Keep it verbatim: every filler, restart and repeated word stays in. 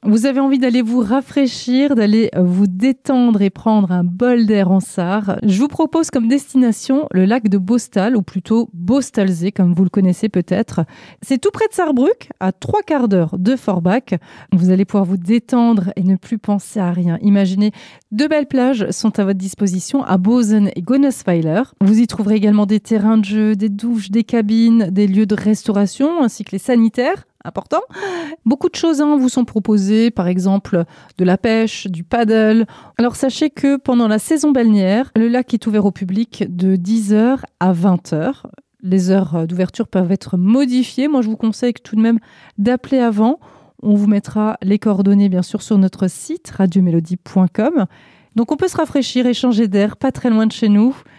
Vous avez envie d'aller vous rafraîchir, d'aller vous détendre et prendre un bol d'air en Sarre. Je vous propose comme destination le lac de Bostal, ou plutôt Bostalzee, comme vous le connaissez peut-être. C'est tout près de Sarrebruck, à trois quarts d'heure de Forbach. Vous allez pouvoir vous détendre et ne plus penser à rien. Imaginez, deux belles plages sont à votre disposition à Bozen et Gonnesweiler. Vous y trouverez également des terrains de jeu, des douches, des cabines, des lieux de restauration, ainsi que les sanitaires. Important. Beaucoup de choses hein, vous sont proposées, par exemple de la pêche, du paddle. Alors sachez que pendant la saison balnéaire, le lac est ouvert au public de dix heures à vingt heures. Les heures d'ouverture peuvent être modifiées. Moi, je vous conseille tout de même d'appeler avant. On vous mettra les coordonnées, bien sûr, sur notre site radio mélodie point com. Donc, on peut se rafraîchir et changer d'air, pas très loin de chez nous.